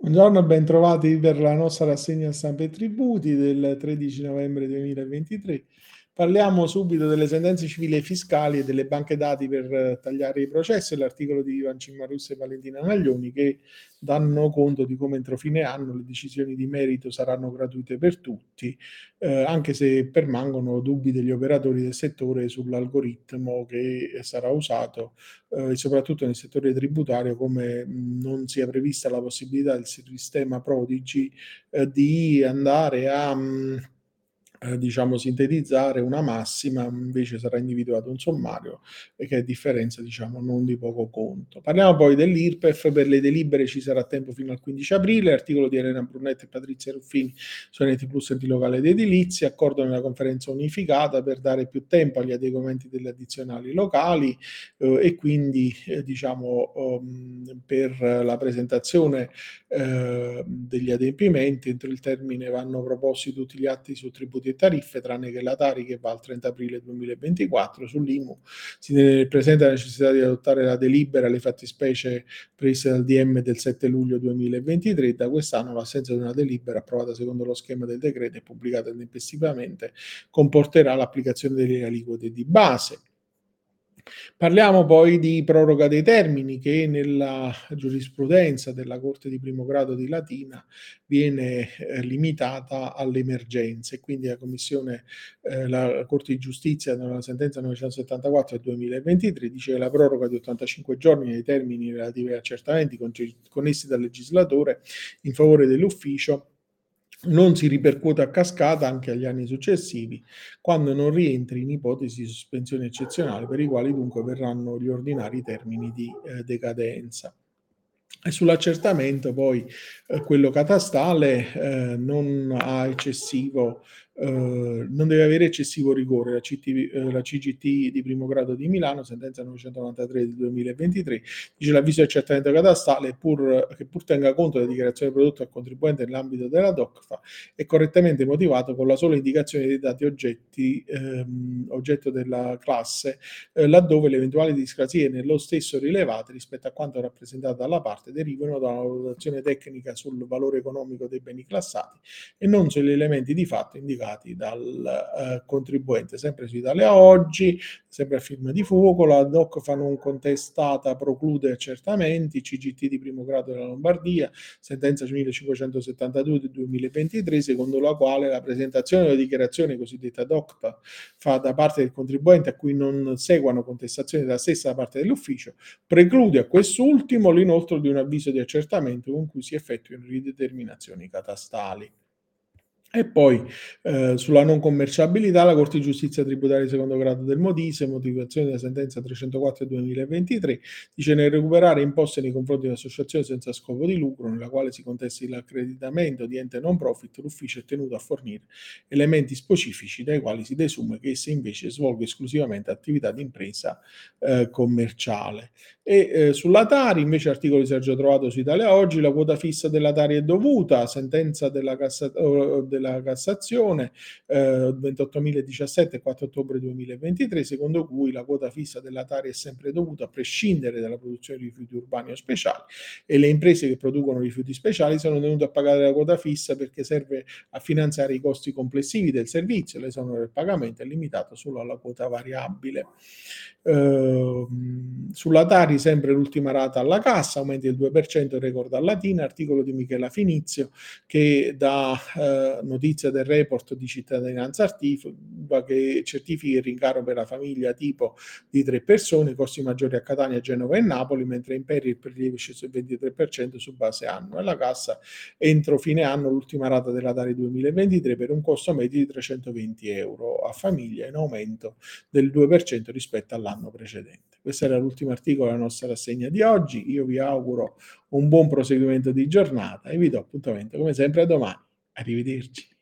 Buongiorno e bentrovati per la nostra rassegna stampa e tributi del 13 novembre 2023. Parliamo subito delle sentenze civili e fiscali e delle banche dati per tagliare i processi, l'articolo di Ivan Cimmarrusse e Valentina Maglioni che danno conto di come entro fine anno le decisioni di merito saranno gratuite per tutti, anche se permangono dubbi degli operatori del settore sull'algoritmo che sarà usato e soprattutto nel settore tributario come non sia prevista la possibilità del sistema Prodigy di andare a diciamo sintetizzare una massima, invece sarà individuato un sommario e che è differenza diciamo non di poco conto. Parliamo poi dell'IRPEF, per le delibere ci sarà tempo fino al 15 aprile, articolo di Elena Brunetti e Patrizia Ruffini su NT Plus enti locale ed edilizia, accordo nella conferenza unificata per dare più tempo agli adeguamenti delle addizionali locali e quindi diciamo per la presentazione degli adempimenti entro il termine vanno proposti tutti gli atti su tributi e tariffe tranne che la Tari che va al 30 aprile 2024. Sull'IMU si presenta la necessità di adottare la delibera alle fattispecie previste dal DM del 7 luglio 2023. Da quest'anno l'assenza di una delibera approvata secondo lo schema del decreto e pubblicata tempestivamente comporterà l'applicazione delle aliquote di base. Parliamo poi di proroga dei termini che nella giurisprudenza della Corte di primo grado di Latina viene limitata alle emergenze e quindi la Corte di Giustizia nella sentenza 974 del 2023 dice che la proroga di 85 giorni dei termini relativi agli accertamenti connessi dal legislatore in favore dell'ufficio non si ripercuote a cascata anche agli anni successivi, quando non rientri in ipotesi di sospensioni eccezionali per i quali dunque verranno riordinati i termini di decadenza. E sull'accertamento poi quello catastale non deve avere eccessivo rigore. La CGT di primo grado di Milano, sentenza 993 del 2023, dice l'avviso di accertamento catastale che pur tenga conto della dichiarazione di prodotto al contribuente nell'ambito della DOCFA è correttamente motivato con la sola indicazione dei dati oggetto della classe laddove le eventuali discrasie nello stesso rilevate rispetto a quanto rappresentato dalla parte derivano da una valutazione tecnica sul valore economico dei beni classati e non sugli elementi di fatto indicati dal contribuente. Sempre su Italia Oggi, sempre a firma di Fuoco, la DOC non contestata preclude accertamenti, CGT di primo grado della Lombardia, sentenza 1572 del 2023, secondo la quale la presentazione della dichiarazione cosiddetta DOCPA fa da parte del contribuente a cui non seguano contestazioni della stessa da parte dell'ufficio, preclude a quest'ultimo l'inoltro di un avviso di accertamento con cui si effettuino rideterminazioni catastali. E poi sulla non commerciabilità, la Corte di Giustizia Tributaria di secondo grado del Molise, motivazione della sentenza 304 del 2023, dice nel recuperare imposte nei confronti di un'associazione senza scopo di lucro nella quale si contesti l'accreditamento di ente non profit, l'ufficio è tenuto a fornire elementi specifici dai quali si desume che essa invece svolga esclusivamente attività di impresa commerciale. E sulla Tari, invece, articolo di Sergio Trovato su Italia Oggi, la quota fissa della Tari è dovuta, sentenza della Cassazione 28.017, 4 ottobre 2023, secondo cui la quota fissa della Tari è sempre dovuta a prescindere dalla produzione di rifiuti urbani o speciali e le imprese che producono rifiuti speciali sono tenute a pagare la quota fissa perché serve a finanziare i costi complessivi del servizio, l'esonero del pagamento è limitato solo alla quota variabile. Sulla Tari sempre l'ultima rata alla cassa, aumenti del 2%, il record a Latina, articolo di Michela Finizio che dà notizia del report di cittadinanza attiva che certifica il rincaro per la famiglia tipo di 3 persone, costi maggiori a Catania, Genova e Napoli, mentre in Peri il prelievo è sceso del 23% su base annua. Alla cassa entro fine anno l'ultima rata della Tari 2023 per un costo medio di 320 euro a famiglia, in aumento del 2% rispetto all'anno precedente. Questo era l'ultimo articolo della nostra rassegna di oggi. Io vi auguro un buon proseguimento di giornata e vi do appuntamento come sempre a domani. Arrivederci.